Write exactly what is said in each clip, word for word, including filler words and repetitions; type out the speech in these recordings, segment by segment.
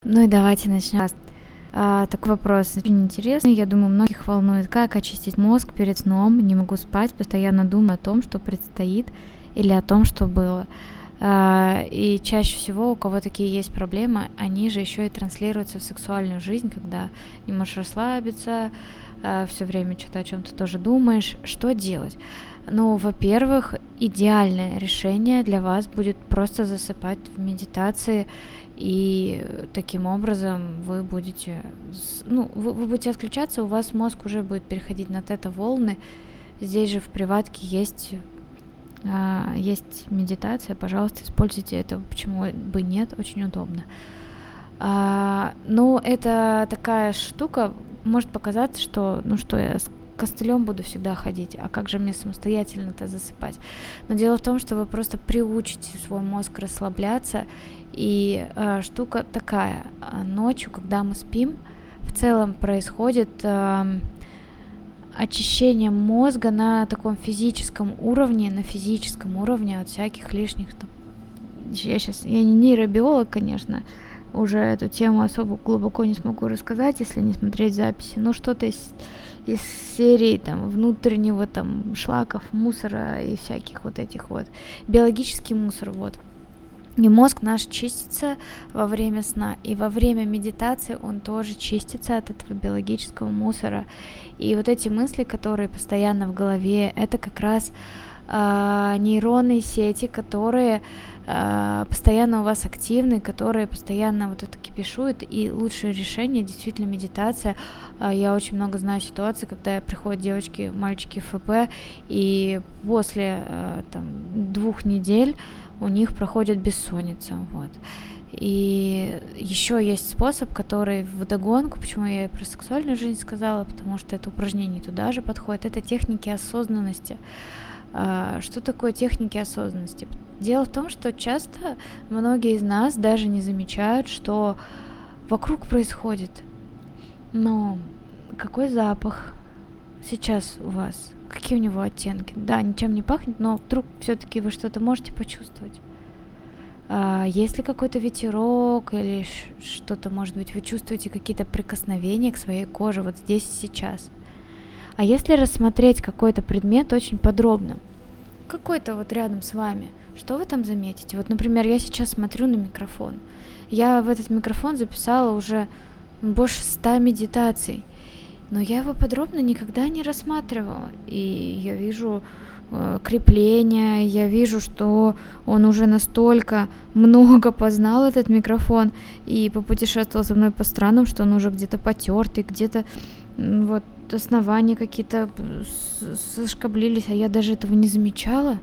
Ну и давайте начнем. А, такой вопрос очень интересный. Я думаю, многих волнует, как очистить мозг перед сном. Не могу спать, постоянно думаю о том, что предстоит, или о том, что было. А, и чаще всего, у кого такие есть проблемы, они же еще и транслируются в сексуальную жизнь, когда не можешь расслабиться, все время что-то о чем-то тоже думаешь. Что делать? Ну, во-первых, идеальное решение для вас будет просто засыпать в медитации, и таким образом вы будете, с- ну, вы, вы будете отключаться, у вас мозг уже будет переходить на тета-волны. Здесь же в приватке есть, а, есть медитация, пожалуйста, используйте это, почему бы нет, очень удобно. А, ну, это такая штука, может показаться, что, ну что, я с костылем буду всегда ходить, а как же мне самостоятельно-то засыпать? Но дело в том, что вы просто приучите свой мозг расслабляться, и а, штука такая, а, ночью, когда мы спим, в целом происходит а, очищение мозга на таком физическом уровне, на физическом уровне от всяких лишних там. Я сейчас, я не нейробиолог, конечно, уже эту тему особо глубоко не смогу рассказать, если не смотреть записи. Но что-то из, из серии там внутреннего там шлаков, мусора и всяких вот этих вот. Биологический мусор, вот. И мозг наш чистится во время сна, и во время медитации он тоже чистится от этого биологического мусора. И вот эти мысли, которые постоянно в голове, это как раз а, нейронные сети, которые а, постоянно у вас активны, которые постоянно вот это кипишуют, и лучшее решение действительно медитация. А, я очень много знаю ситуаций, когда приходят девочки, мальчики в ФП, и после а, там, двух недель у них проходит бессонница, вот. И еще есть способ, который вдогонку, почему я и про сексуальную жизнь сказала, потому что это упражнение туда же подходит, это техники осознанности. А, что такое техники осознанности? Дело в том, что часто многие из нас даже не замечают, что вокруг происходит. Но какой запах сейчас у вас? Какие у него оттенки? Да, ничем не пахнет, но вдруг все-таки вы что-то можете почувствовать. А, есть ли какой-то ветерок или что-то, может быть, вы чувствуете какие-то прикосновения к своей коже вот здесь и сейчас? А если рассмотреть какой-то предмет очень подробно, какой-то вот рядом с вами, что вы там заметите? Вот, например, я сейчас смотрю на микрофон. Я в этот микрофон записала уже больше ста медитаций, но я его подробно никогда не рассматривала. И я вижу э, крепления, я вижу, что он уже настолько много познал этот микрофон и попутешествовал со мной по странам, что он уже где-то потертый, где-то м, вот основания какие-то сошкаблились, а я даже этого не замечала.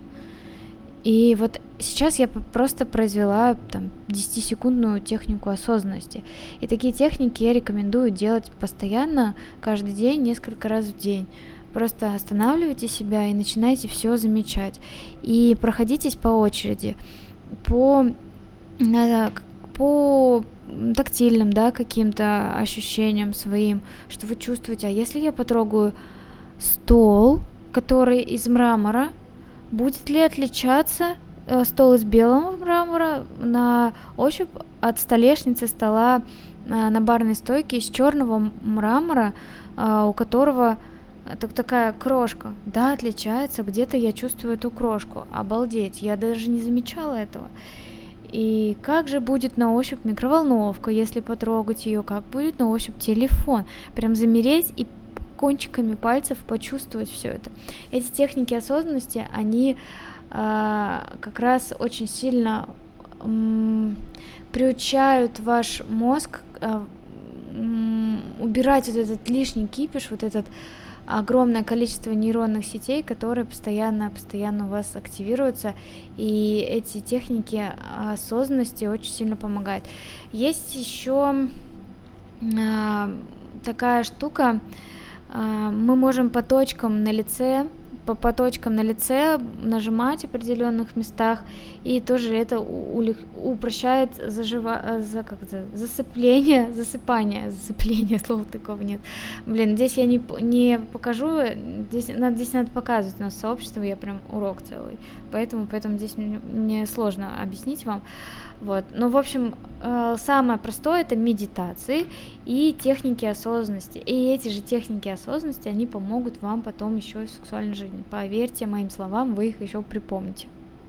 И вот сейчас я просто произвела там десятисекундную технику осознанности. И такие техники я рекомендую делать постоянно, каждый день, несколько раз в день. Просто останавливайте себя и начинайте все замечать. И проходитесь по очереди, по, э, по тактильным, да, каким-то ощущениям своим, что вы чувствуете. А если я потрогаю стол, который из мрамора, будет ли отличаться э, стол из белого мрамора на ощупь от столешницы стола э, на барной стойке из черного мрамора, э, у которого э, так такая крошка? Да, отличается. Где-то я чувствую эту крошку. Обалдеть, я даже не замечала этого. И как же будет на ощупь микроволновка, если потрогать ее? Как будет на ощупь телефон? Прям замереть и кончиками пальцев почувствовать все это. Эти техники осознанности, они а, как раз очень сильно м, приучают ваш мозг а, м, убирать вот этот лишний кипиш, вот этот огромное количество нейронных сетей, которые постоянно, постоянно у вас активируются, и эти техники осознанности очень сильно помогают. Есть еще а, такая штука, а, мы можем по точкам на лице, по, по точкам на лице нажимать в определенных местах, и тоже это у- улег- упрощает зажива, э, за, как это, засыпление, засыпание, засыпление, слова такого нет. Блин, здесь я не, п- не покажу, здесь надо, здесь надо показывать, у нас сообщество, я прям урок целый, поэтому, поэтому здесь мне, мне сложно объяснить вам. Вот. Ну, в общем, э, самое простое- это медитации и техники осознанности. И эти же техники осознанности, они помогут вам потом еще и в сексуальной жизни. Поверьте моим словам, вы их еще припомните.